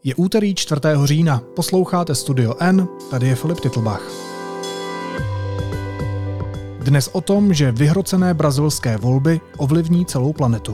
Je úterý 4. října, posloucháte Studio N, tady je Filip Titlbach. Dnes o tom, že vyhrocené brazilské volby ovlivní celou planetu.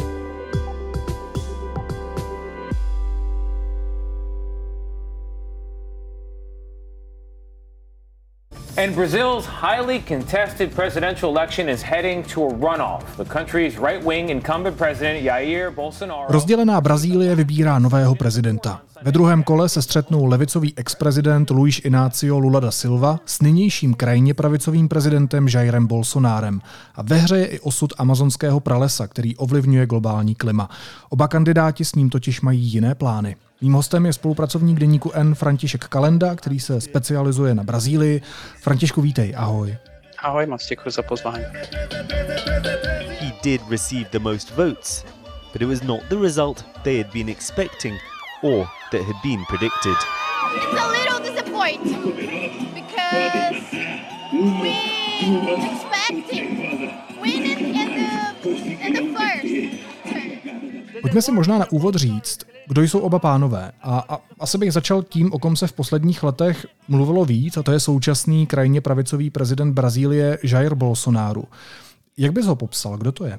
And Brazil's highly contested presidential election is heading to a runoff. The country's right-wing incumbent president Jair Bolsonaro. Rozdělená Brazílie vybírá nového prezidenta. Ve druhém kole se střetnou levicový ex-prezident Luiz Inácio Lula da Silva s nynějším krajně pravicovým prezidentem Jairem Bolsonárem. A ve hře je i osud amazonského pralesa, který ovlivňuje globální klima. Oba kandidáti s ním totiž mají jiné plány. Mým hostem je spolupracovník deníku N František Kalenda, který se specializuje na Brazílii. Františku, vítej, ahoj. Ahoj, moc děkuji za pozvání. He did receive the most votes, but it was not the result they had been expecting or that had been predicted. It's a little disappointing because we expected winning in the first turn. Pojďme si možná na úvod říct, kdo jsou oba pánové. A asi bych začal tím, o kom se v posledních letech mluvilo víc, a to je současný krajně pravicový prezident Brazílie Jair Bolsonaro. Jak bys ho popsal? Kdo to je?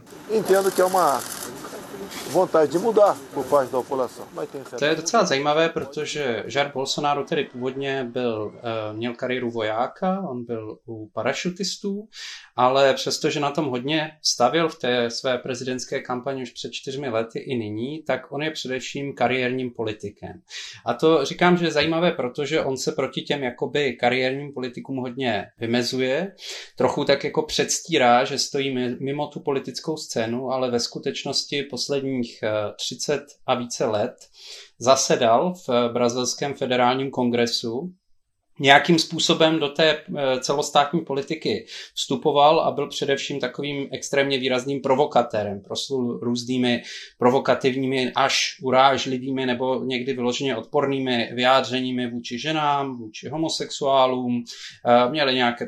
To je docela zajímavé, protože Jair Bolsonaro tedy původně měl kariéru vojáka, on byl u parašutistů, ale přestože na tom hodně stavěl v té své prezidentské kampani už před 4 lety i nyní, tak on je především kariérním politikem. A to říkám, že je zajímavé, protože on se proti těm jakoby kariérním politikům hodně vymezuje, trochu tak jako předstírá, že stojí mimo tu politickou scénu, ale ve skutečnosti posledních 30 a více let zasedal v brazilském federálním kongresu. Nějakým způsobem do té celostátní politiky vstupoval a byl především takovým extrémně výrazným provokatérem. Proslul různými provokativními až urážlivými nebo někdy vyloženě odpornými vyjádřeními vůči ženám, vůči homosexuálům. Měli nějaké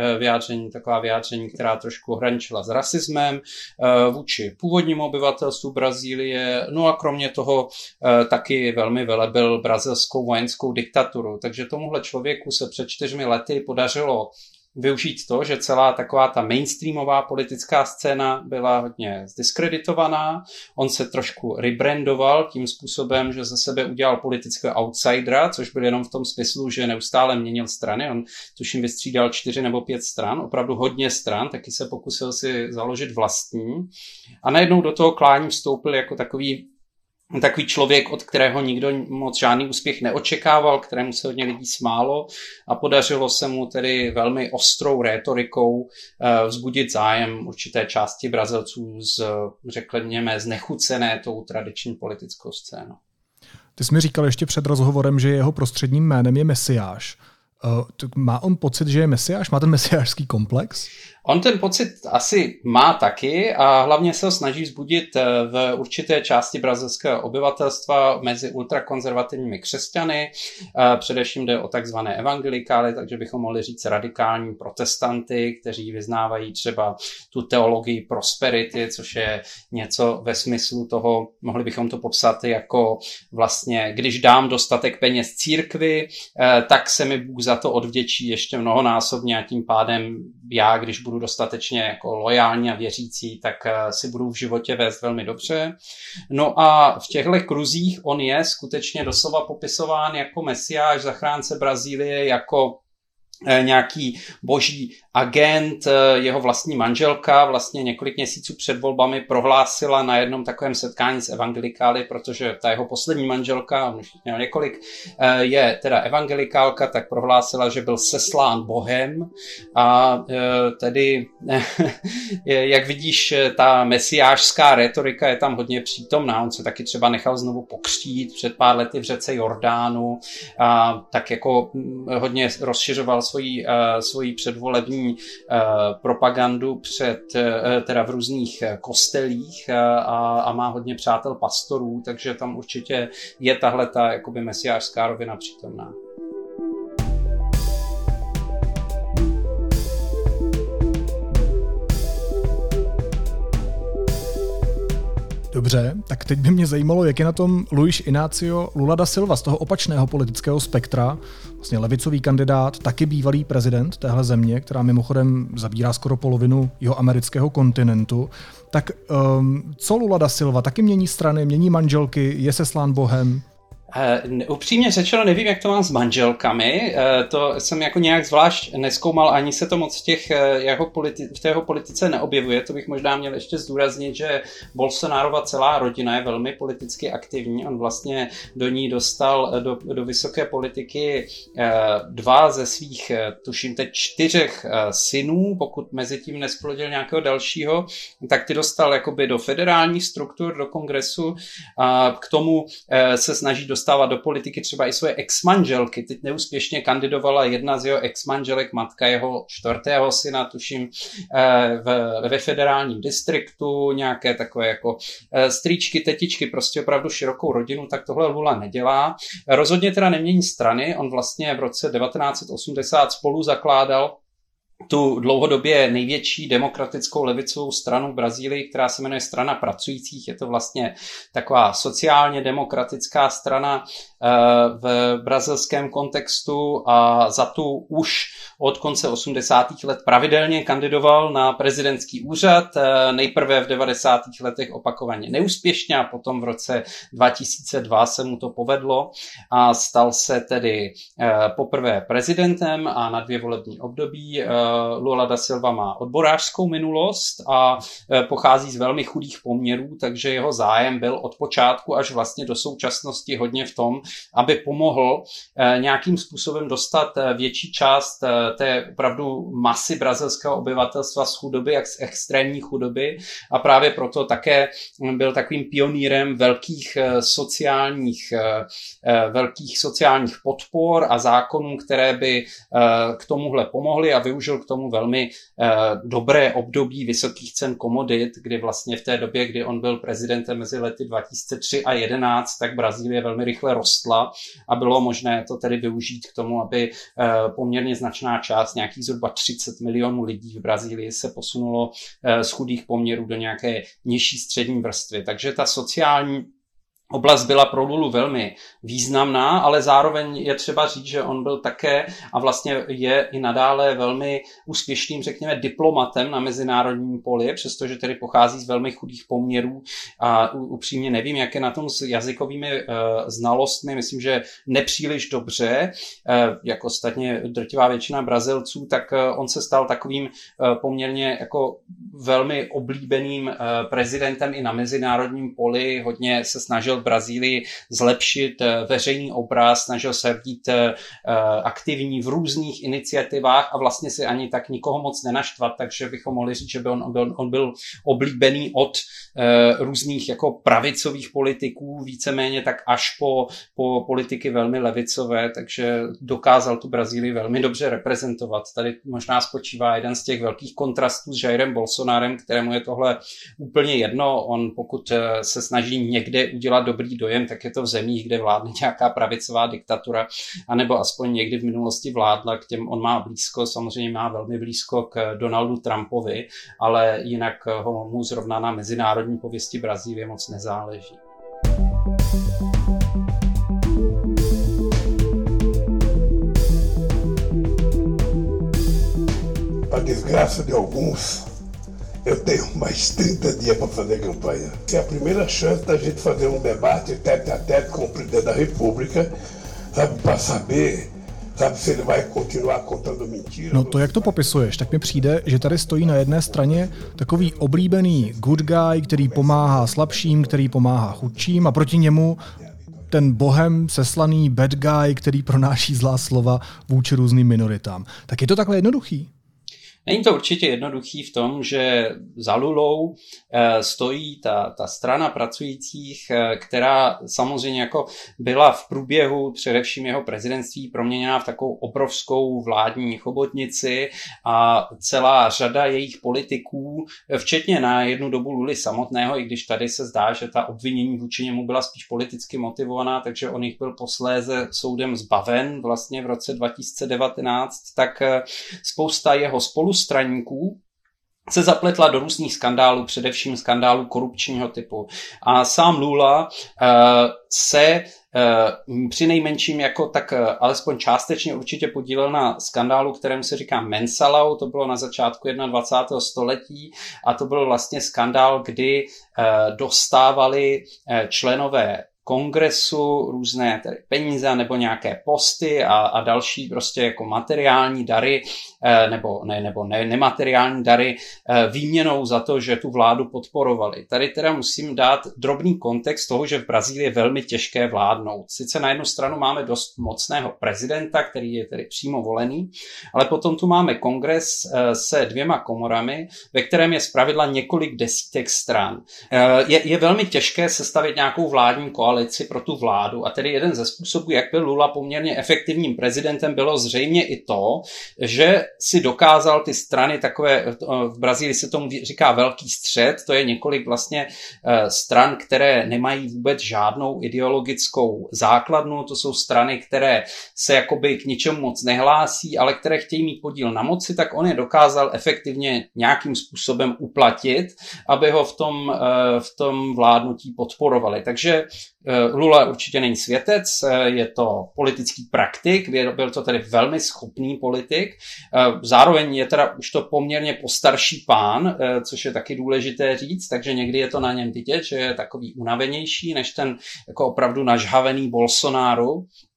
taková vyjádření, která trošku hraničila s rasismem, vůči původnímu obyvatelstvu Brazílie. No a kromě toho taky velmi velebil brazilskou vojenskou diktaturu. Takže tomuhle člověku se před 4 lety podařilo využít to, že celá taková ta mainstreamová politická scéna byla hodně zdiskreditovaná. On se trošku rebrandoval tím způsobem, že ze sebe udělal politického outsidera, což byl jenom v tom smyslu, že neustále měnil strany. On tuším vystřídal 4 nebo 5 stran, opravdu hodně stran, taky se pokusil si založit vlastní. A najednou do toho klání vstoupil jako takový člověk, od kterého nikdo moc žádný úspěch neočekával, kterému se hodně lidí smálo a podařilo se mu tedy velmi ostrou rétorikou vzbudit zájem určité části Brazilců řekněme, znechucené tou tradiční politickou scénou. Ty jsi mi říkal ještě před rozhovorem, že jeho prostředním jménem je Mesiáš. Má on pocit, že je Mesiáš? Má ten mesiášský komplex? On ten pocit asi má taky a hlavně se ho snaží vzbudit v určité části brazilského obyvatelstva mezi ultrakonzervativními křesťany. Především jde o takzvané evangelikály, takže bychom mohli říct radikální protestanty, kteří vyznávají třeba tu teologii prosperity, což je něco ve smyslu toho, mohli bychom to popsat jako vlastně, když dám dostatek peněz církvi, tak se mi Bůh za to odvděčí ještě mnohonásobně a tím pádem já, když budu dostatečně jako lojální a věřící, tak si budu v životě vést velmi dobře. No a v těchto kruzích on je skutečně doslova popisován jako mesiáš, zachránce Brazílie, jako nějaký boží agent. Jeho vlastní manželka vlastně několik měsíců před volbami prohlásila na jednom takovém setkání s evangelikály, protože ta jeho poslední manželka, on už měl několik, je teda evangelikálka, tak prohlásila, že byl seslán Bohem a tedy, jak vidíš, ta mesiášská retorika je tam hodně přítomná. On se taky třeba nechal znovu pokřtít před pár lety v řece Jordánu a tak jako hodně rozšiřoval svoji předvolební propagandu teda v různých kostelích a má hodně přátel pastorů, takže tam určitě je tahleta jakoby mesiášská rovina přítomná. Dobře, tak teď by mě zajímalo, jak je na tom Luiz Inácio Lula da Silva z toho opačného politického spektra, vlastně levicový kandidát, taky bývalý prezident téhle země, která mimochodem zabírá skoro polovinu jeho amerického kontinentu. Tak co Lula da Silva? Taky mění strany, mění manželky, je seslán Bohem? Upřímně řečeno nevím, jak to mám s manželkami, to jsem jako nějak zvlášť nezkoumal, ani se to moc v té jeho politice neobjevuje, to bych možná měl ještě zdůraznit, že Bolsonarova celá rodina je velmi politicky aktivní, on vlastně do ní dostal do vysoké politiky 2 ze svých, tuším teď 4 synů, pokud mezi tím nesplodil nějakého dalšího, tak ty dostal jakoby do federálních struktur, do kongresu, a k tomu se snaží dostávat do politiky třeba i svoje ex-manželky. Teď neúspěšně kandidovala jedna z jeho ex-manželek, matka jeho 4. syna, tuším, ve federálním distriktu, nějaké takové jako strýčky, tetičky, prostě opravdu širokou rodinu, tak tohle Lula nedělá. Rozhodně teda nemění strany, on vlastně v roce 1980 spolu zakládal tu dlouhodobě největší demokratickou levicovou stranu v Brazílii, která se jmenuje Strana pracujících. Je to vlastně taková sociálně demokratická strana v brazilském kontextu a za tu už od konce 80. let pravidelně kandidoval na prezidentský úřad. Nejprve v 90. letech opakovaně neúspěšně a potom v roce 2002 se mu to povedlo a stal se tedy poprvé prezidentem a na 2 volební období. Lula da Silva má odborářskou minulost a pochází z velmi chudých poměrů, takže jeho zájem byl od počátku až vlastně do současnosti hodně v tom, aby pomohl nějakým způsobem dostat větší část té opravdu masy brazilského obyvatelstva z chudoby, jak z extrémní chudoby a právě proto také byl takovým pionýrem velkých sociálních podpor a zákonů, které by k tomuhle pomohly a využil k tomu velmi dobré období vysokých cen komodit, kdy vlastně v té době, kdy on byl prezidentem mezi lety 2003 a 2011, tak Brazílie velmi rychle rostla a bylo možné to tedy využít k tomu, aby poměrně značná část, nějakých zhruba 30 milionů lidí v Brazílii se posunulo z chudých poměrů do nějaké nižší střední vrstvy. Takže ta sociální oblast byla pro Lulu velmi významná, ale zároveň je třeba říct, že on byl také a vlastně je i nadále velmi úspěšným, řekněme, diplomatem na mezinárodním poli, přestože tedy pochází z velmi chudých poměrů a upřímně nevím, jak je na tom s jazykovými znalostmi. Myslím, že nepříliš dobře, jako ostatně drtivá většina Brazilců, tak on se stal takovým poměrně jako velmi oblíbeným prezidentem i na mezinárodním poli. Hodně se snažil v Brazílii zlepšit veřejný obraz, snažil se být aktivní v různých iniciativách a vlastně si ani tak nikoho moc nenaštvat, takže bychom mohli říct, že on byl oblíbený od různých jako pravicových politiků, víceméně tak až po politiky velmi levicové, takže dokázal tu Brazílii velmi dobře reprezentovat. Tady možná spočívá jeden z těch velkých kontrastů s Jairem Bolsonarem, kterému je tohle úplně jedno. On pokud se snaží někde udělat dobrý dojem, tak je to v zemích, kde vládne nějaká pravicová diktatura, anebo aspoň někdy v minulosti vládla, k těm on má blízko, samozřejmě má velmi blízko k Donaldu Trumpovi, ale jinak mu zrovna na mezinárodní pověsti Brazílie moc nezáleží. Para desgraça de alguns, eu tenho mais 30 dias para fazer campanha. Essa é a primeira chance da gente fazer debate tete a tete com o presidente da República, sabe, para saber, sabe, se ele vai continuar contando mentira. No to, jak to popisuješ, tak mi přijde, že tady stojí na jedné straně takový oblíbený good guy, který pomáhá slabším, který pomáhá chudším a proti němu ten bohem seslaný bad guy, který pronáší zlá slova vůči různým minoritám. Tak je to takhle jednoduchý? Není to určitě jednoduchý v tom, že za Lulou stojí ta strana pracujících, která samozřejmě jako byla v průběhu především jeho prezidentství proměněná v takovou obrovskou vládní chobotnici a celá řada jejich politiků, včetně na jednu dobu Luly samotného, i když tady se zdá, že ta obvinění vůči němu byla spíš politicky motivovaná, takže on jich byl posléze soudem zbaven vlastně v roce 2019, tak spousta jeho spolustraníků se zapletla do různých skandálů, především skandálů korupčního typu. A sám Lula se přinejmenším jako tak alespoň částečně určitě podílel na skandálu, kterému se říká Mensalau, to bylo na začátku 21. století a to byl vlastně skandál, kdy dostávali členové kongresu různé tedy peníze nebo nějaké posty a další prostě jako materiální dary nebo nemateriální dary výměnou za to, že tu vládu podporovali. Tady teda musím dát drobný kontext toho, že v Brazílii je velmi těžké vládnout. Sice na jednu stranu máme dost mocného prezidenta, který je tedy přímo volený, ale potom tu máme kongres se 2 komorami, ve kterém je zpravidla několik desítek stran. Je velmi těžké sestavit nějakou vládní koalici pro tu vládu a tedy jeden ze způsobů, jak byl Lula poměrně efektivním prezidentem, bylo zřejmě i to, že si dokázal ty strany takové, v Brazílii se tomu říká velký střed, to je několik vlastně stran, které nemají vůbec žádnou ideologickou základnu, to jsou strany, které se jakoby k ničemu moc nehlásí, ale které chtějí mít podíl na moci, tak on je dokázal efektivně nějakým způsobem uplatit, aby ho v tom vládnutí podporovali. Takže Lula určitě není světec, je to politický praktik, byl to tedy velmi schopný politik, zároveň je teda už to poměrně postarší pán, což je taky důležité říct, takže někdy je to na něm vidět, že je takový unavenější než ten jako opravdu nažhavený Bolsonaro.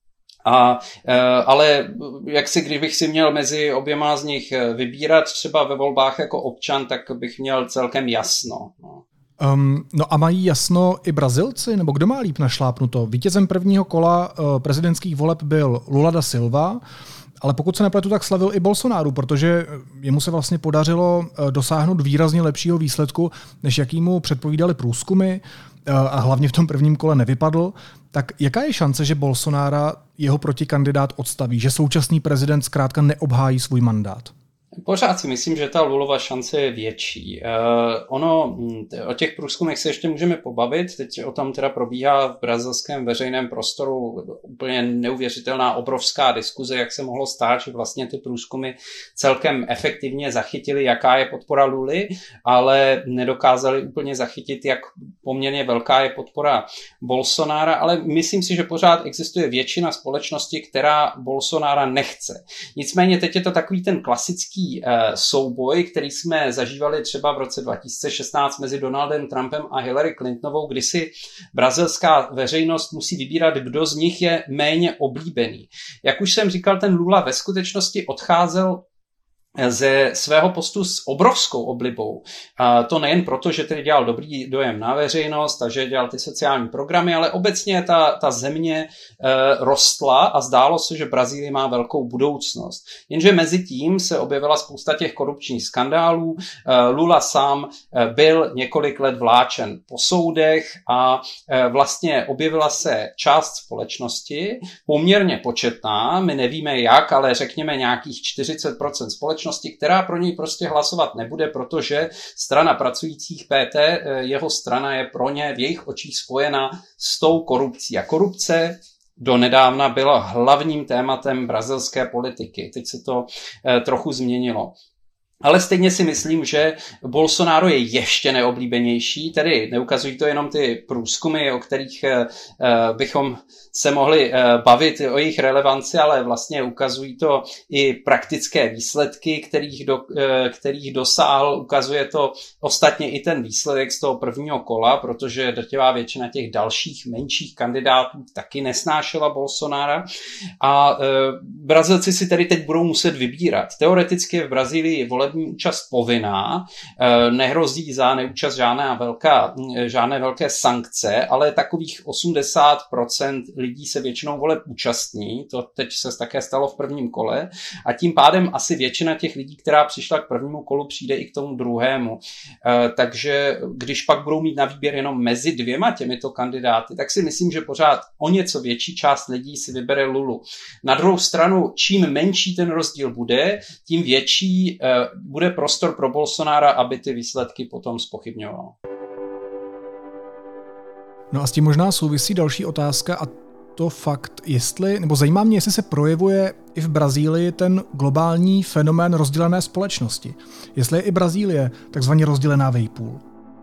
Ale kdybych si měl mezi oběma z nich vybírat třeba ve volbách jako občan, tak bych měl celkem jasno. No a mají jasno i Brazilci, nebo kdo má líp našlápnuto? Vítězem prvního kola prezidentských voleb byl Lula da Silva, ale pokud se nepletu, tak slavil i Bolsonaro, protože jemu se vlastně podařilo dosáhnout výrazně lepšího výsledku, než jaký mu předpovídali průzkumy, a hlavně v tom prvním kole nevypadl. Tak jaká je šance, že Bolsonaro jeho protikandidát odstaví, že současný prezident zkrátka neobhájí svůj mandát? Pořád si myslím, že ta Lulova šance je větší. O těch průzkumech se ještě můžeme pobavit, teď o tom teda probíhá v brazilském veřejném prostoru úplně neuvěřitelná obrovská diskuze, jak se mohlo stát, že vlastně ty průzkumy celkem efektivně zachytily, jaká je podpora Luly, ale nedokázali úplně zachytit, jak poměrně velká je podpora Bolsonara, ale myslím si, že pořád existuje většina společnosti, která Bolsonara nechce. Nicméně teď je to takový ten klasický souboj, který jsme zažívali třeba v roce 2016 mezi Donaldem Trumpem a Hillary Clintonovou, kdy si brazilská veřejnost musí vybírat, kdo z nich je méně oblíbený. Jak už jsem říkal, ten Lula ve skutečnosti odcházel ze svého postu s obrovskou oblibou. A to nejen proto, že tedy dělal dobrý dojem na veřejnost a že dělal ty sociální programy, ale obecně ta země rostla a zdálo se, že Brazílie má velkou budoucnost. Jenže mezi tím se objevila spousta těch korupčních skandálů. Lula sám byl několik let vláčen po soudech a vlastně objevila se část společnosti, poměrně početná, my nevíme jak, ale řekněme nějakých 40% společnosti, která pro něj prostě hlasovat nebude, protože strana pracujících PT, jeho strana je pro ně v jejich očích spojena s tou korupcí. A korupce donedávna byla hlavním tématem brazilské politiky. Teď se to trochu změnilo. Ale stejně si myslím, že Bolsonaro je ještě neoblíbenější, tedy neukazují to jenom ty průzkumy, o kterých bychom se mohli bavit o jejich relevanci, ale vlastně ukazují to i praktické výsledky, kterých dosáhl. Ukazuje to ostatně i ten výsledek z toho prvního kola, protože drtivá většina těch dalších menších kandidátů taky nesnášela Bolsonara. A Brazilci si tedy teď budou muset vybírat. Teoreticky je v Brazílii volební účast povinná, nehrozí za neúčast žádné velké sankce, ale takových 80% lidí se většinou voleb účastní, to teď se také stalo v prvním kole, a tím pádem asi většina těch lidí, která přišla k prvnímu kolu, přijde i k tomu druhému. Takže když pak budou mít na výběr jenom mezi dvěma těmito kandidáty, tak si myslím, že pořád o něco větší část lidí si vybere Lulu. Na druhou stranu, čím menší ten rozdíl bude, tím větší bude prostor pro Bolsonara, aby ty výsledky potom zpochybňoval. No a s tím možná souvisí další otázka, a to fakt, zajímá mě, jestli se projevuje i v Brazílii ten globální fenomén rozdělené společnosti. Jestli je i Brazílie takzvaně rozdělená vejpůl.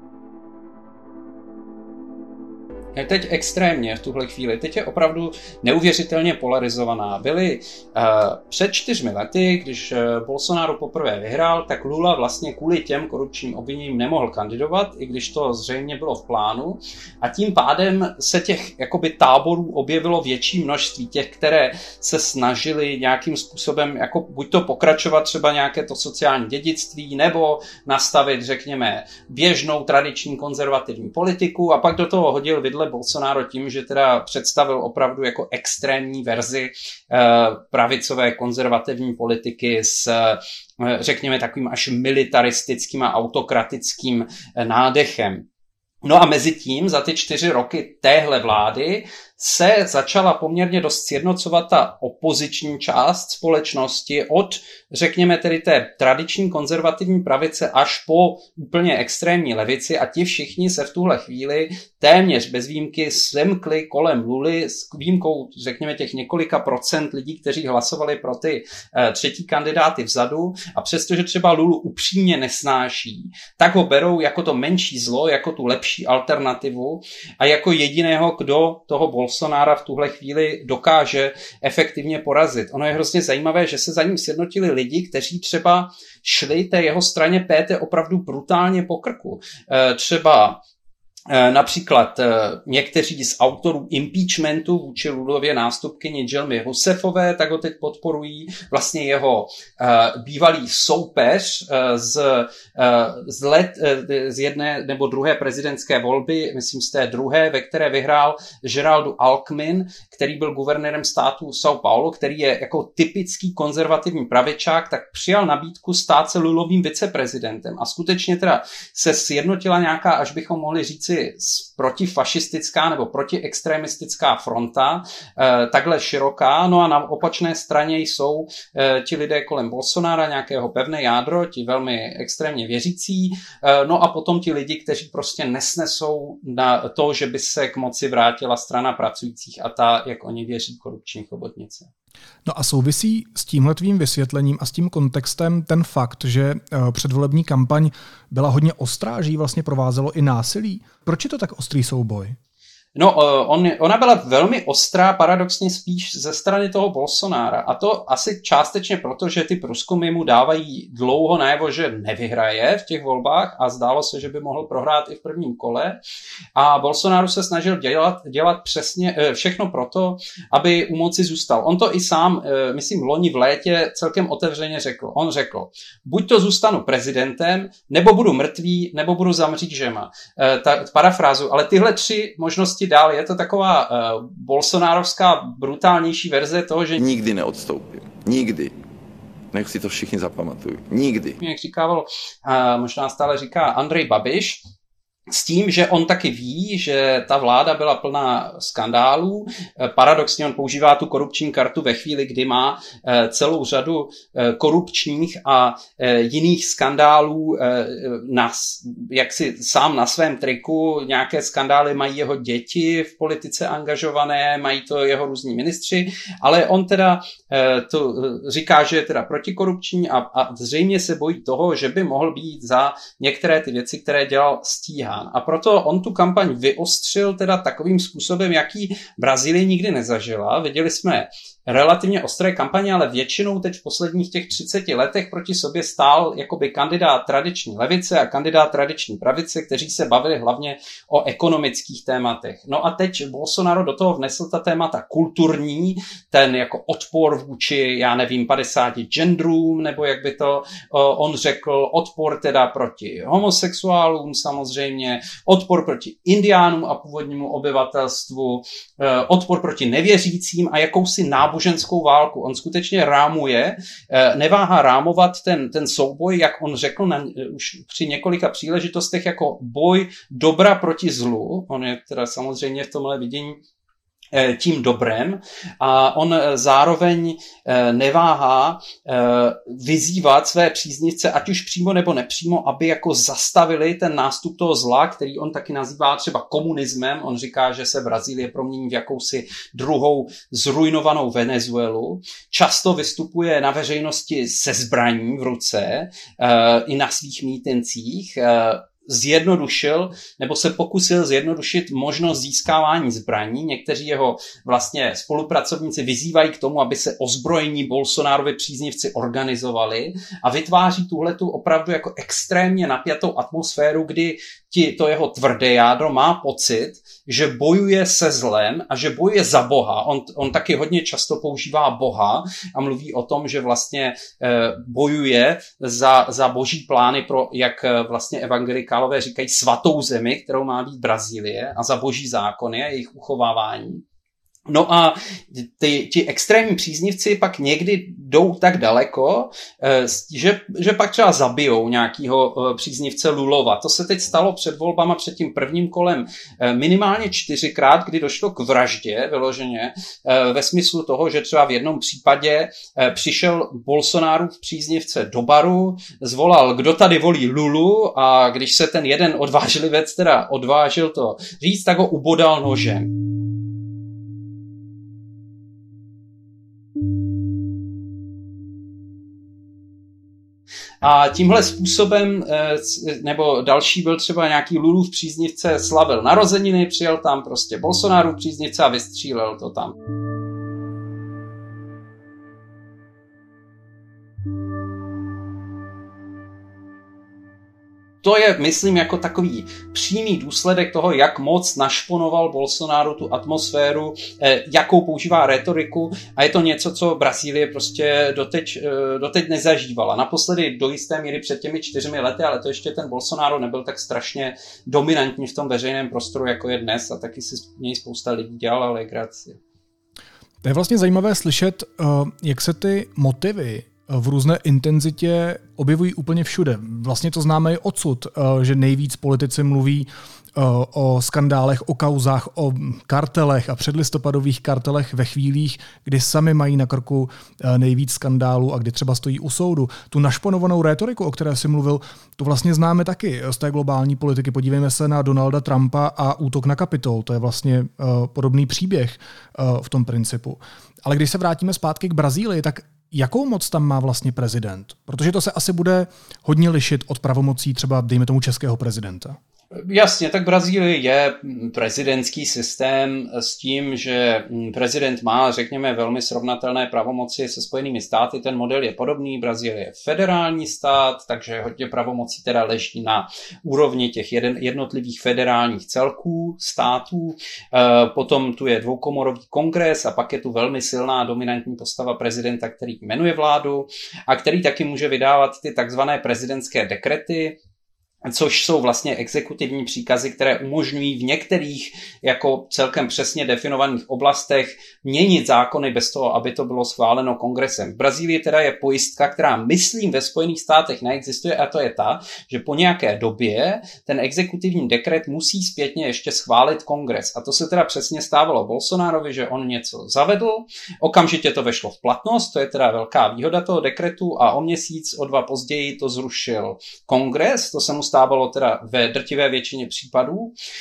Je teď extrémně v tuhle chvíli. Teď je opravdu neuvěřitelně polarizovaná. Byli před 4 lety, když Bolsonaro poprvé vyhrál, tak Lula vlastně kvůli těm korupčním obviněním nemohl kandidovat, i když to zřejmě bylo v plánu. A tím pádem se těch jakoby táborů objevilo větší množství, těch, které se snažili nějakým způsobem jako buď to pokračovat třeba nějaké to sociální dědictví, nebo nastavit, řekněme, běžnou tradiční konzervativní politiku a pak do toho hodil vidle Bolsonaro tím, že teda představil opravdu jako extrémní verzi pravicové konzervativní politiky s, řekněme, takovým až militaristickým a autokratickým nádechem. No a mezi tím za ty 4 roky téhle vlády se začala poměrně dost sjednocovat ta opoziční část společnosti od, řekněme tedy té tradiční konzervativní pravice až po úplně extrémní levici a ti všichni se v tuhle chvíli téměř bez výjimky semkli kolem Luly s výjimkou, řekněme, těch několika procent lidí, kteří hlasovali pro ty třetí kandidáty vzadu a přestože třeba Lulu upřímně nesnáší, tak ho berou jako to menší zlo, jako tu lepší alternativu a jako jediného, kdo toho Bolsonára v tuhle chvíli dokáže efektivně porazit. Ono je hrozně zajímavé, že se za ním sjednotili lidi, kteří třeba šli té jeho straně PT opravdu brutálně po krku. Třeba například někteří z autorů impeachmentu vůči Lulově nástupkyni Dilmy Rousseffové, tak ho teď podporují. Vlastně jeho bývalý soupeř z jedné nebo druhé prezidentské volby, myslím z té druhé, ve které vyhrál Geraldo Alckmin, který byl guvernérem státu São Paulo, který je jako typický konzervativní pravičák, tak přijal nabídku stát se Lulovým viceprezidentem. A skutečně teda se sjednotila nějaká, až bychom mohli říci, protifašistická nebo protiextremistická fronta, takhle široká. No a na opačné straně jsou ti lidé kolem Bolsonára, nějakého pevné jádro, ti velmi extrémně věřící, no a potom ti lidi, kteří prostě nesnesou na to, že by se k moci vrátila strana pracujících a ta, jak oni věří, korupční chobotnice. No a souvisí s tímhle tvým vysvětlením a s tím kontextem ten fakt, že předvolební kampaň byla hodně ostrá, že ji vlastně provázelo i násilí. Proč je to tak ostrý souboj? No, ona byla velmi ostrá, paradoxně spíš ze strany toho Bolsonára. A to asi částečně proto, že ty průzkumy mu dávají dlouho najevo, že nevyhraje v těch volbách a zdálo se, že by mohl prohrát i v prvním kole. A Bolsonaro se snažil dělat přesně všechno proto, aby u moci zůstal. On to i sám, myslím, loni v létě celkem otevřeně řekl. On řekl, buď to zůstanu prezidentem, nebo budu mrtvý, nebo budu za mřížema. Parafrázu, ale tyhle 3 možnosti dál. Je to taková bolsonárovská brutálnější verze toho, že nikdy neodstoupím. Nikdy. Nech si to všichni zapamatují. Nikdy. Jak říkával, možná stále říká Andrej Babiš, s tím, že on taky ví, že ta vláda byla plná skandálů. Paradoxně on používá tu korupční kartu ve chvíli, kdy má celou řadu korupčních a jiných skandálů jak si sám na svém triku. Nějaké skandály mají jeho děti v politice angažované, mají to jeho různí ministři, ale on teda to říká, že je teda protikorupční a zřejmě se bojí toho, že by mohl být za některé ty věci, které dělal, stíhán. A proto on tu kampaň vyostřil teda takovým způsobem, jaký Brazílie nikdy nezažila. Viděli jsme relativně ostré kampaně, ale většinou teď v posledních těch 30 letech proti sobě stál jakoby kandidát tradiční levice a kandidát tradiční pravice, kteří se bavili hlavně o ekonomických tématech. No a teď Bolsonaro do toho vnesl ta témata kulturní, ten jako odpor vůči, já nevím, 50 genderům, nebo jak by to on řekl, odpor teda proti homosexuálům samozřejmě, odpor proti indiánům a původnímu obyvatelstvu, odpor proti nevěřícím a jakousi náboženskou válku. On skutečně rámuje, neváhá rámovat ten souboj, jak on řekl už při několika příležitostech, jako boj dobra proti zlu. On je teda samozřejmě v tomhle vidění tím dobrem a on zároveň neváhá vyzývat své příznivce, ať už přímo nebo nepřímo, aby jako zastavili ten nástup toho zla, který on taky nazývá třeba komunismem. On říká, že se Brazílie promění v jakousi druhou zrujnovanou Venezuelu. Často vystupuje na veřejnosti se zbraní v ruce i na svých mítincích. Zjednodušil nebo se pokusil zjednodušit možnost získávání zbraní. Někteří jeho vlastně spolupracovníci vyzývají k tomu, aby se ozbrojení Bolsonárovi příznivci organizovali a vytváří tuhletu opravdu jako extrémně napjatou atmosféru, kdy to jeho tvrdé jádro má pocit, že bojuje se zlem a že bojuje za Boha. On taky hodně často používá Boha a mluví o tom, že vlastně bojuje za boží plány pro, jak vlastně evangelikálové říkají, svatou zemi, kterou má být Brazílie, a za boží zákony a jejich uchovávání. No a ti extrémní příznivci pak někdy jdou tak daleko, že pak třeba zabijou nějakého příznivce Lulova. To se teď stalo před volbama, před tím prvním kolem minimálně 4krát, kdy došlo k vraždě vyloženě, ve smyslu toho, že třeba v jednom případě přišel Bolsonárův příznivce do baru, zvolal, kdo tady volí Lulu, a když se ten jeden odvážlivec teda odvážil to říct, tak ho ubodal nožem. A tímhle způsobem, nebo další byl třeba nějaký Lulův příznivce, slavil narozeniny, přijel tam prostě Bolsonárův příznivce a vystřílel to tam. To je, myslím, jako takový přímý důsledek toho, jak moc našponoval Bolsonaro tu atmosféru, jakou používá retoriku, a je to něco, co Brazílie prostě doteď nezažívala. Naposledy do jisté míry před těmi 4 lety, ale to ještě ten Bolsonaro nebyl tak strašně dominantní v tom veřejném prostoru, jako je dnes, a taky si něj spousta lidí dělala legraci. To je vlastně zajímavé slyšet, jak se ty motivy v různé intenzitě objevují úplně všude. Vlastně to známe i odsud, že nejvíc politici mluví o skandálech, o kauzách, o kartelech a předlistopadových kartelech ve chvílích, kdy sami mají na krku nejvíc skandálů a kdy třeba stojí u soudu. Tu našponovanou rétoriku, o které jsi mluvil, tu vlastně známe taky z té globální politiky. Podívejme se na Donalda Trumpa a útok na Kapitol. To je vlastně podobný příběh v tom principu. Ale když se vrátíme zpátky k Brazílii, tak jakou moc tam má vlastně prezident? Protože to se asi bude hodně lišit od pravomocí třeba, dejme tomu, českého prezidenta. Jasně, tak Brazílie je prezidentský systém s tím, že prezident má, řekněme, velmi srovnatelné pravomoci se Spojenými státy. Ten model je podobný. Brazílie je federální stát, takže hodně pravomocí teda leží na úrovni těch jednotlivých federálních celků, států. Potom tu je dvoukomorový kongres a pak je tu velmi silná dominantní postava prezidenta, který jmenuje vládu a který taky může vydávat ty takzvané prezidentské dekrety, což jsou vlastně exekutivní příkazy, které umožňují v některých jako celkem přesně definovaných oblastech měnit zákony bez toho, aby to bylo schváleno kongresem. V Brazílii teda je pojistka, která, myslím, ve Spojených státech neexistuje, a to je ta, že po nějaké době ten exekutivní dekret musí zpětně ještě schválit kongres. A to se teda přesně stávalo Bolsonárovi, že on něco zavedl, okamžitě to vešlo v platnost, to je teda velká výhoda toho dekretu, a o měsíc, o 2 později to zrušil kongres, to se mu stávalo teda ve drtivé většině případů.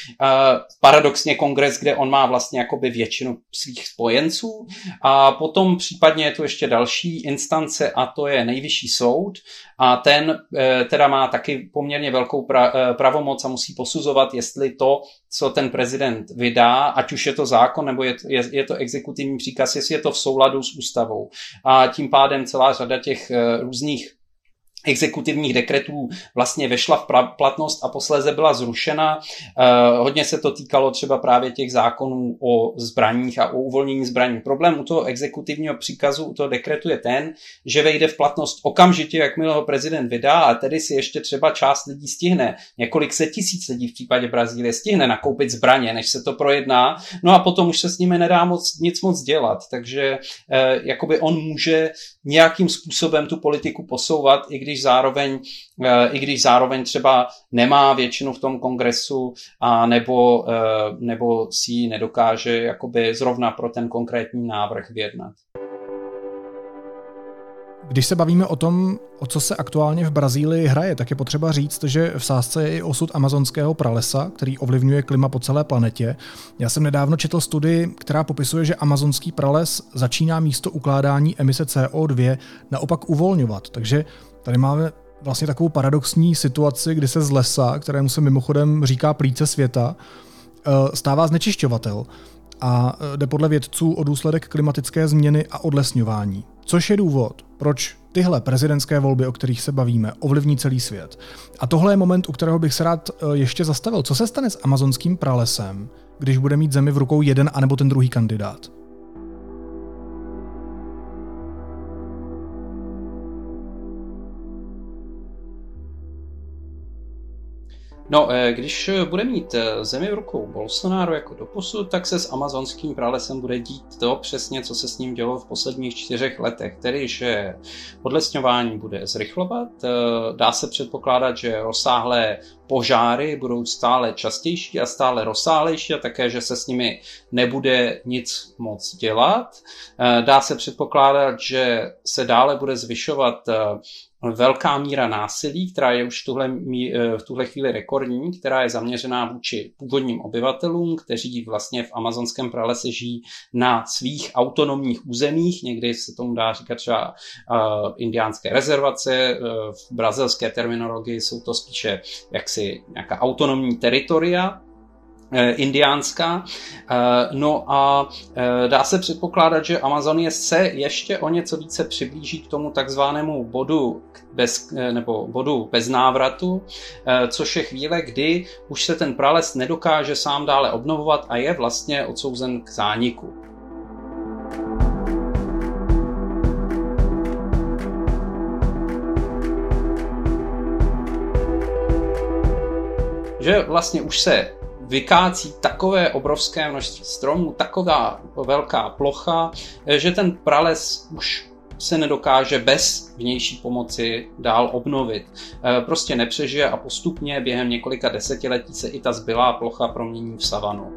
Paradoxně kongres, kde on má vlastně jakoby většinu svých spojenců, a potom případně je tu ještě další instance, a to je nejvyšší soud, a ten teda má taky poměrně velkou pravomoc a musí posuzovat, jestli to, co ten prezident vydá, ať už je to zákon nebo je to exekutivní příkaz, jestli je to v souladu s ústavou. A tím pádem celá řada těch různých exekutivních dekretů vlastně vešla v platnost a posléze byla zrušena. Hodně se to týkalo třeba právě těch zákonů o zbraních a o uvolnění zbraní. Problém u toho exekutivního příkazu, u toho dekretu je ten, že vejde v platnost okamžitě, jakmile ho prezident vydá, a tedy si ještě třeba část lidí stihne, několik set tisíc lidí v případě Brazílie stihne nakoupit zbraně, než se to projedná, no a potom už se s nimi nedá nic moc dělat. Takže jakoby on může nějakým způsobem tu politiku posouvat, i když když zároveň třeba nemá většinu v tom kongresu a nebo si ji nedokáže jakoby zrovna pro ten konkrétní návrh vyjednat. Když se bavíme o tom, o co se aktuálně v Brazílii hraje, tak je potřeba říct, že v sázce je i osud amazonského pralesa, který ovlivňuje klima po celé planetě. Já jsem nedávno četl studii, která popisuje, že amazonský prales začíná místo ukládání emise CO2 naopak uvolňovat. Takže tady máme vlastně takovou paradoxní situaci, kdy se z lesa, kterému se mimochodem říká plíce světa, stává znečišťovatel. A jde podle vědců o důsledek klimatické změny a odlesňování. Což je důvod, proč tyhle prezidentské volby, o kterých se bavíme, ovlivní celý svět. A tohle je moment, u kterého bych se rád ještě zastavil. Co se stane s amazonským pralesem, když bude mít zemi v rukou jeden anebo ten druhý kandidát? No, když bude mít zemi v rukou Bolsonaro jako doposud, tak se s amazonským pralesem bude dít to přesně, co se s ním dělo v posledních 4 letech, tedy že odlesňování bude zrychlovat. Dá se předpokládat, že rozsáhlé požáry budou stále častější a stále rozsáhlejší a také, že se s nimi nebude nic moc dělat. Dá se předpokládat, že se dále bude zvyšovat velká míra násilí, která je už v tuhle chvíli rekordní, která je zaměřená vůči původním obyvatelům, kteří vlastně v amazonském pralese žijí na svých autonomních územích. Někdy se tomu dá říkat třeba indiánské rezervace, v brazilské terminologii jsou to spíše jaksi nějaká autonomní teritoria indiánská. No a dá se předpokládat, že Amazonie se ještě o něco více přiblíží k tomu takzvanému bodu bez návratu, což je chvíle, kdy už se ten prales nedokáže sám dále obnovovat a je vlastně odsouzen k zániku. Že vlastně už se vykácí takové obrovské množství stromů, taková velká plocha, že ten prales už se nedokáže bez vnější pomoci dál obnovit. Prostě nepřežije a postupně během několika desetiletí se i ta zbylá plocha promění v savanu.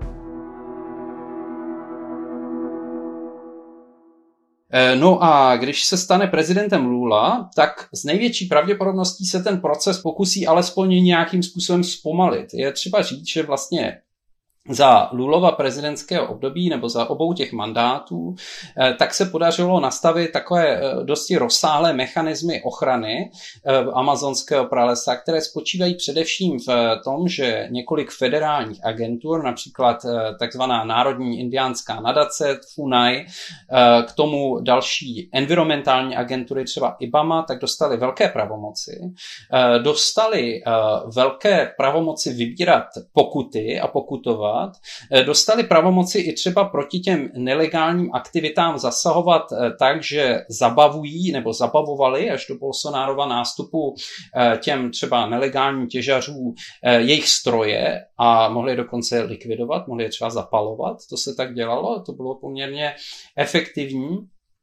No a když se stane prezidentem Lula, tak s největší pravděpodobností se ten proces pokusí alespoň nějakým způsobem zpomalit. Je třeba říct, že vlastně za Lulova prezidentského období nebo za obou těch mandátů, tak se podařilo nastavit takové dosti rozsáhlé mechanismy ochrany amazonského pralesa, které spočívají především v tom, že několik federálních agentur, například takzvaná Národní indiánská nadace FUNAI, k tomu další environmentální agentury, třeba IBAMA, tak dostali velké pravomoci. Dostali velké pravomoci vybírat pokuty a pokutovat. Dostali pravomoci i třeba proti těm nelegálním aktivitám zasahovat tak, že zabavují nebo zabavovali až do Bolsonarova nástupu těm třeba nelegálním těžařů jejich stroje a mohli je dokonce likvidovat, mohli je třeba zapalovat. To se tak dělalo, to bylo poměrně efektivní.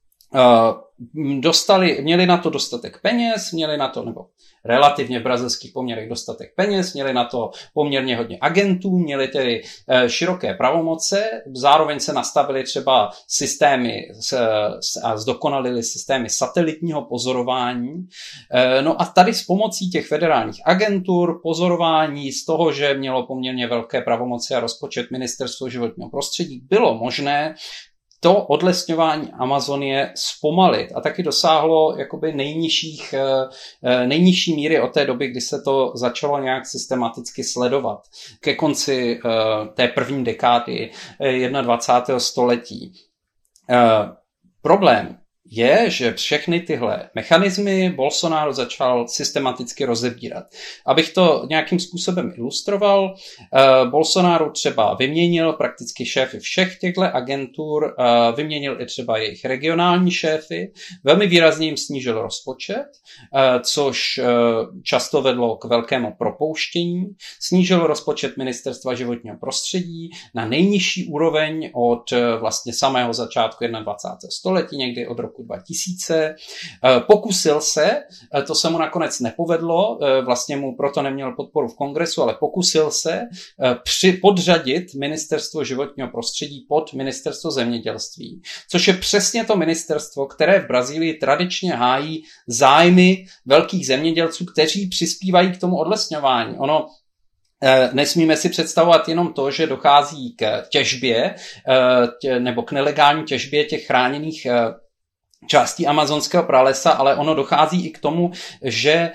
Měli na to dostatek peněz, měli na to, nebo relativně v brazilských poměrech dostatek peněz, měli na to poměrně hodně agentů, měli tedy široké pravomoce, zároveň se nastavili třeba systémy a zdokonalili systémy satelitního pozorování. No a tady s pomocí těch federálních agentur, pozorování z toho, že mělo poměrně velké pravomoci a rozpočet ministerstvo životního prostředí, bylo možné to odlesňování Amazonie zpomalit a taky dosáhlo jakoby nejnižší míry od té doby, kdy se to začalo nějak systematicky sledovat. Ke konci té první dekády 21. století. Problém je, že všechny tyhle mechanismy Bolsonaro začal systematicky rozebírat. Abych to nějakým způsobem ilustroval, Bolsonaro třeba vyměnil prakticky šéfy všech těchto agentur, vyměnil i třeba jejich regionální šéfy, velmi výrazně jim snížil rozpočet, což často vedlo k velkému propouštění, snížil rozpočet ministerstva životního prostředí na nejnižší úroveň od vlastně samého začátku 21. století, někdy od roku roku 2000. Pokusil se, to se mu nakonec nepovedlo, vlastně mu proto neměl podporu v kongresu, ale pokusil se podřadit ministerstvo životního prostředí pod ministerstvo zemědělství, což je přesně to ministerstvo, které v Brazílii tradičně hájí zájmy velkých zemědělců, kteří přispívají k tomu odlesňování. Nesmíme si představovat jenom to, že dochází k těžbě nebo k nelegální těžbě těch chráněných částí amazonského pralesa, ale ono dochází i k tomu, že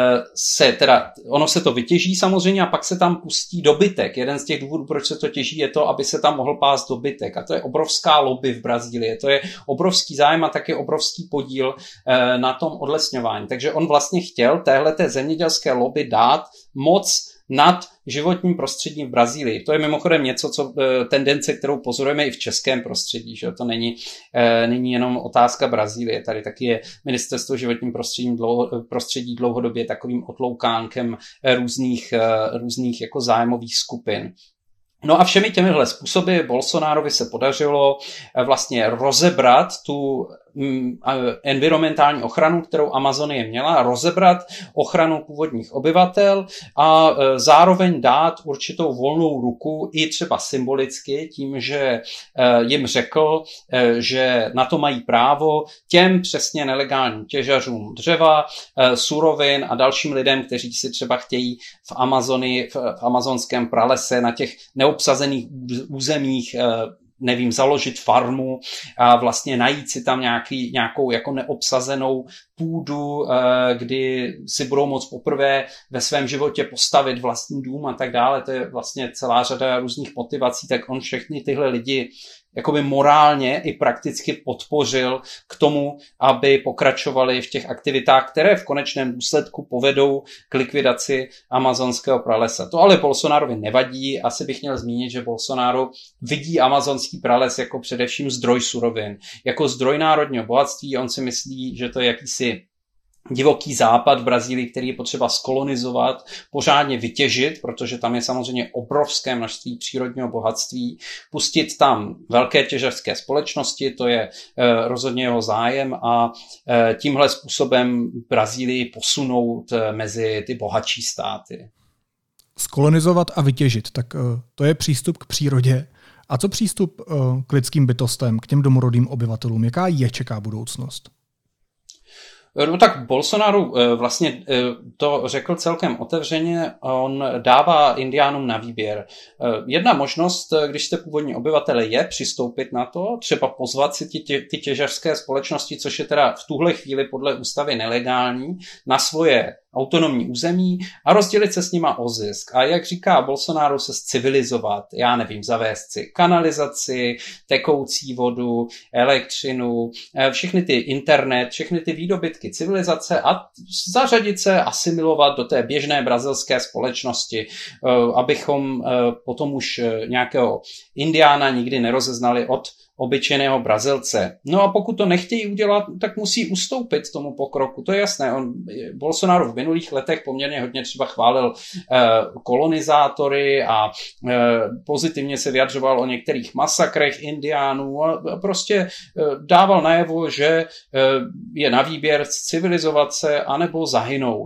ono se to vytěží samozřejmě a pak se tam pustí dobytek. Jeden z těch důvodů, proč se to těží, je to, aby se tam mohl pást dobytek. A to je obrovská lobby v Brazílii. To je obrovský zájem a taky obrovský podíl na tom odlesňování. Takže on vlastně chtěl téhleté zemědělské lobby dát moc nad životním prostředím v Brazílii. To je mimochodem něco, tendence, kterou pozorujeme i v českém prostředí, že to není jenom otázka Brazílie. Tady taky je ministerstvo životním prostředí dlouhodobě takovým otloukánkem různých jako zájmových skupin. No a všemi těmihle způsoby Bolsonarovi se podařilo vlastně rozebrat tu environmentální ochranu, kterou Amazonie měla, rozebrat ochranu původních obyvatel a zároveň dát určitou volnou ruku i třeba symbolicky tím, že jim řekl, že na to mají právo těm přesně nelegálním těžařům dřeva, surovin a dalším lidem, kteří si třeba chtějí v Amazonii, v amazonském pralese na těch neobsazených územích založit farmu a vlastně najít si tam nějakou jako neobsazenou půdu, kdy si budou moct poprvé ve svém životě postavit vlastní dům a tak dále. To je vlastně celá řada různých motivací, tak on všechny tyhle lidi jakoby morálně i prakticky podpořil k tomu, aby pokračovali v těch aktivitách, které v konečném důsledku povedou k likvidaci amazonského pralesa. To ale Bolsonarovi nevadí. Asi bych měl zmínit, že Bolsonaro vidí amazonský prales jako především zdroj surovin, jako zdroj národního bohatství. On si myslí, že to je jakýsi divoký západ v Brazílii, který je potřeba skolonizovat, pořádně vytěžit, protože tam je samozřejmě obrovské množství přírodního bohatství, pustit tam velké těžařské společnosti, to je rozhodně jeho zájem a tímhle způsobem Brazílii posunout mezi ty bohatší státy. Skolonizovat a vytěžit, tak to je přístup k přírodě. A co přístup k lidským bytostem, k těm domorodým obyvatelům? Jaká je čeká budoucnost? No tak Bolsonaro vlastně to řekl celkem otevřeně, on dává indiánům na výběr. Jedna možnost, když jste původní obyvatele, je přistoupit na to, třeba pozvat si ty těžařské společnosti, což je teda v tuhle chvíli podle ústavy nelegální, na svoje autonomní území a rozdělit se s nima o zisk. A jak říká Bolsonaro, se civilizovat, zavést si kanalizaci, tekoucí vodu, elektřinu, všechny ty internet, všechny ty výdobytky civilizace a zařadit se, asimilovat do té běžné brazilské společnosti, abychom potom už nějakého indiána nikdy nerozeznali od obyčejného Brazilce. No a pokud to nechtějí udělat, tak musí ustoupit tomu pokroku. To je jasné. Bolsonaro v minulých letech poměrně hodně třeba chválil kolonizátory a pozitivně se vyjadřoval o některých masakrech indiánů a prostě dával najevo, že je na výběr civilizovat se anebo zahynout.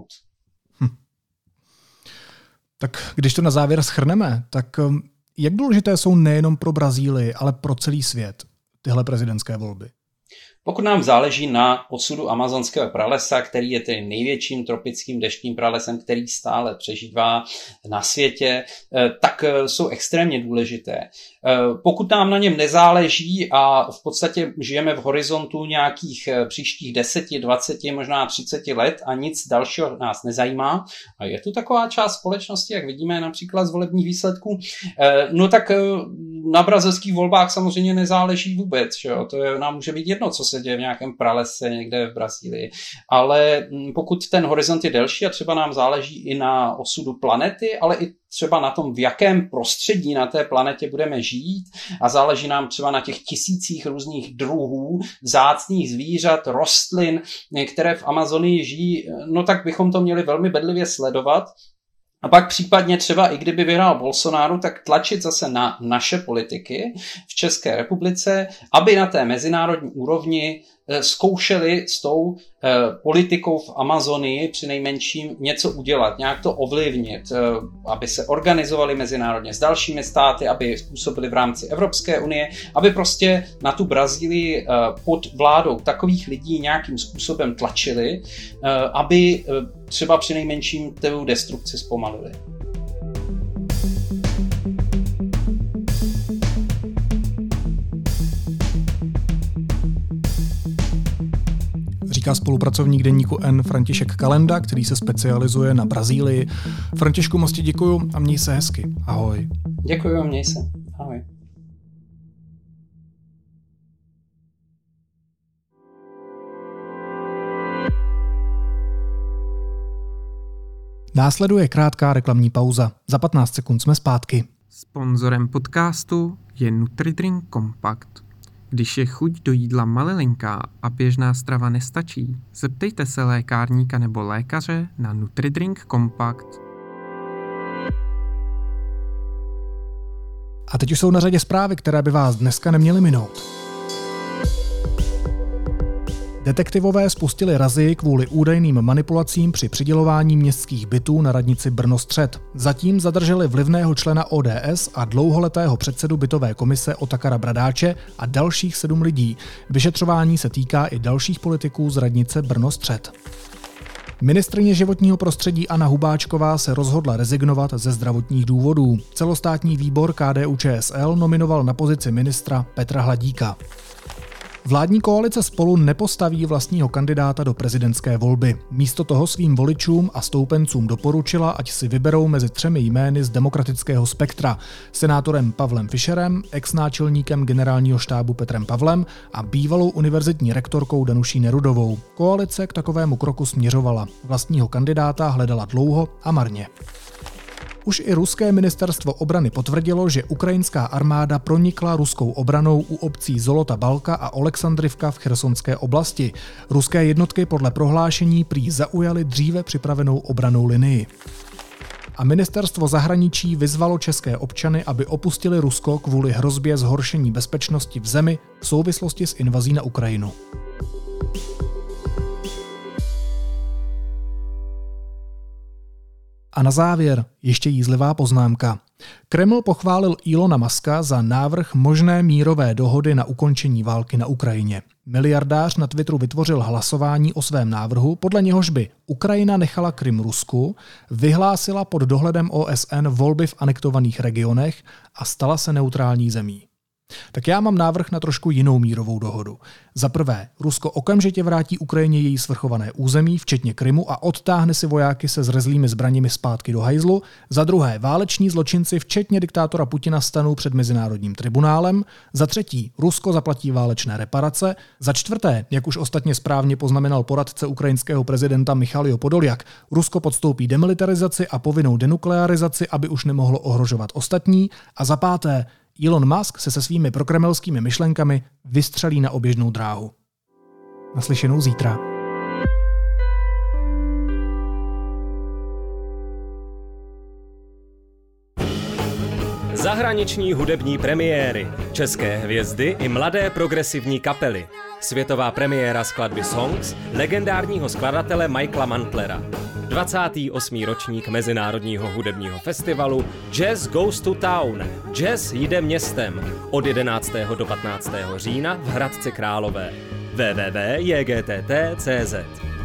Tak když to na závěr shrneme, tak jak důležité jsou nejenom pro Brazílii, ale pro celý svět tyhle prezidentské volby? Pokud nám záleží na osudu amazonského pralesa, který je tedy největším tropickým deštným pralesem, který stále přežívá na světě, tak jsou extrémně důležité. Pokud nám na něm nezáleží a v podstatě žijeme v horizontu nějakých příštích 10, 20, možná 30 let a nic dalšího nás nezajímá, a je tu taková část společnosti, jak vidíme například z volebních výsledků, no tak na brazilských volbách samozřejmě nezáleží vůbec. Že jo? Nám může být jedno, co se děje v nějakém pralese někde v Brazílii. Ale pokud ten horizont je delší a třeba nám záleží i na osudu planety, ale i třeba na tom, v jakém prostředí na té planetě budeme žít a záleží nám třeba na těch tisících různých druhů, vzácných zvířat, rostlin, které v Amazonii žijí, no tak bychom to měli velmi bedlivě sledovat, A pak případně třeba i kdyby vyhrál Bolsonaro, tak tlačit zase na naše politiky v České republice, aby na té mezinárodní úrovni zkoušeli s tou politikou v Amazonii přinejmenším něco udělat, nějak to ovlivnit, aby se organizovali mezinárodně s dalšími státy, aby způsobili v rámci Evropské unie, aby prostě na tu Brazílii pod vládou takových lidí nějakým způsobem tlačili, aby třeba přinejmenším tu destrukci zpomalili. Říká spolupracovník deníku N František Kalenda, který se specializuje na Brazílii. Františku, moc ti děkuju a měj se hezky. Ahoj. Děkuju, měj se. Ahoj. Následuje krátká reklamní pauza. Za 15 sekund jsme zpátky. Sponzorem podcastu je NutriDrink Compact. Když je chuť do jídla malilinká a běžná strava nestačí, zeptejte se lékárníka nebo lékaře na NutriDrink Compact. A teď už jsou na řadě zprávy, které by vás dneska neměly minout. Detektivové spustili razii kvůli údajným manipulacím při přidělování městských bytů na radnici Brno-Střed. Zatím zadrželi vlivného člena ODS a dlouholetého předsedu bytové komise Otakara Bradáče a dalších 7 lidí. Vyšetřování se týká i dalších politiků z radnice Brno-Střed. Ministryně životního prostředí Anna Hubáčková se rozhodla rezignovat ze zdravotních důvodů. Celostátní výbor KDU-ČSL nominoval na pozici ministra Petra Hladíka. Vládní koalice Spolu nepostaví vlastního kandidáta do prezidentské volby. Místo toho svým voličům a stoupencům doporučila, ať si vyberou mezi 3 jmény z demokratického spektra. Senátorem Pavlem Fischerem, ex-náčelníkem generálního štábu Petrem Pavlem a bývalou univerzitní rektorkou Danuší Nerudovou. Koalice k takovému kroku směřovala. Vlastního kandidáta hledala dlouho a marně. Už i ruské ministerstvo obrany potvrdilo, že ukrajinská armáda pronikla ruskou obranou u obcí Zolota Balka a Oleksandrivka v Chersonské oblasti. Ruské jednotky podle prohlášení prý zaujaly dříve připravenou obrannou linii. A ministerstvo zahraničí vyzvalo české občany, aby opustili Rusko kvůli hrozbě zhoršení bezpečnosti v zemi v souvislosti s invazí na Ukrajinu. A na závěr ještě jízlivá poznámka. Kreml pochválil Elona Muska za návrh možné mírové dohody na ukončení války na Ukrajině. Miliardář na Twitteru vytvořil hlasování o svém návrhu, podle něhož by Ukrajina nechala Krym Rusku, vyhlásila pod dohledem OSN volby v anektovaných regionech a stala se neutrální zemí. Tak já mám návrh na trošku jinou mírovou dohodu. Za prvé, Rusko okamžitě vrátí Ukrajině její svrchované území, včetně Krymu, a odtáhne si vojáky se zrezlými zbraněmi zpátky do hajzlu. Za druhé, váleční zločinci, včetně diktátora Putina, stanou před mezinárodním tribunálem. Za třetí, Rusko zaplatí válečné reparace. Za čtvrté, jak už ostatně správně poznamenal poradce ukrajinského prezidenta Michalio Podoljak, Rusko podstoupí demilitarizaci a povinnou denuklearizaci, aby už nemohlo ohrožovat ostatní. A za páté, Elon Musk se svými prokremelskými myšlenkami vystřelí na oběžnou dráhu. Naslyšenou zítra. Zahraniční hudební premiéry, české hvězdy i mladé progresivní kapely. Světová premiéra skladby Songs legendárního skladatele Michaela Mantlera. 28. ročník Mezinárodního hudebního festivalu Jazz Goes to Town. Jazz jde městem od 11. do 15. října v Hradci Králové. www.jgtt.cz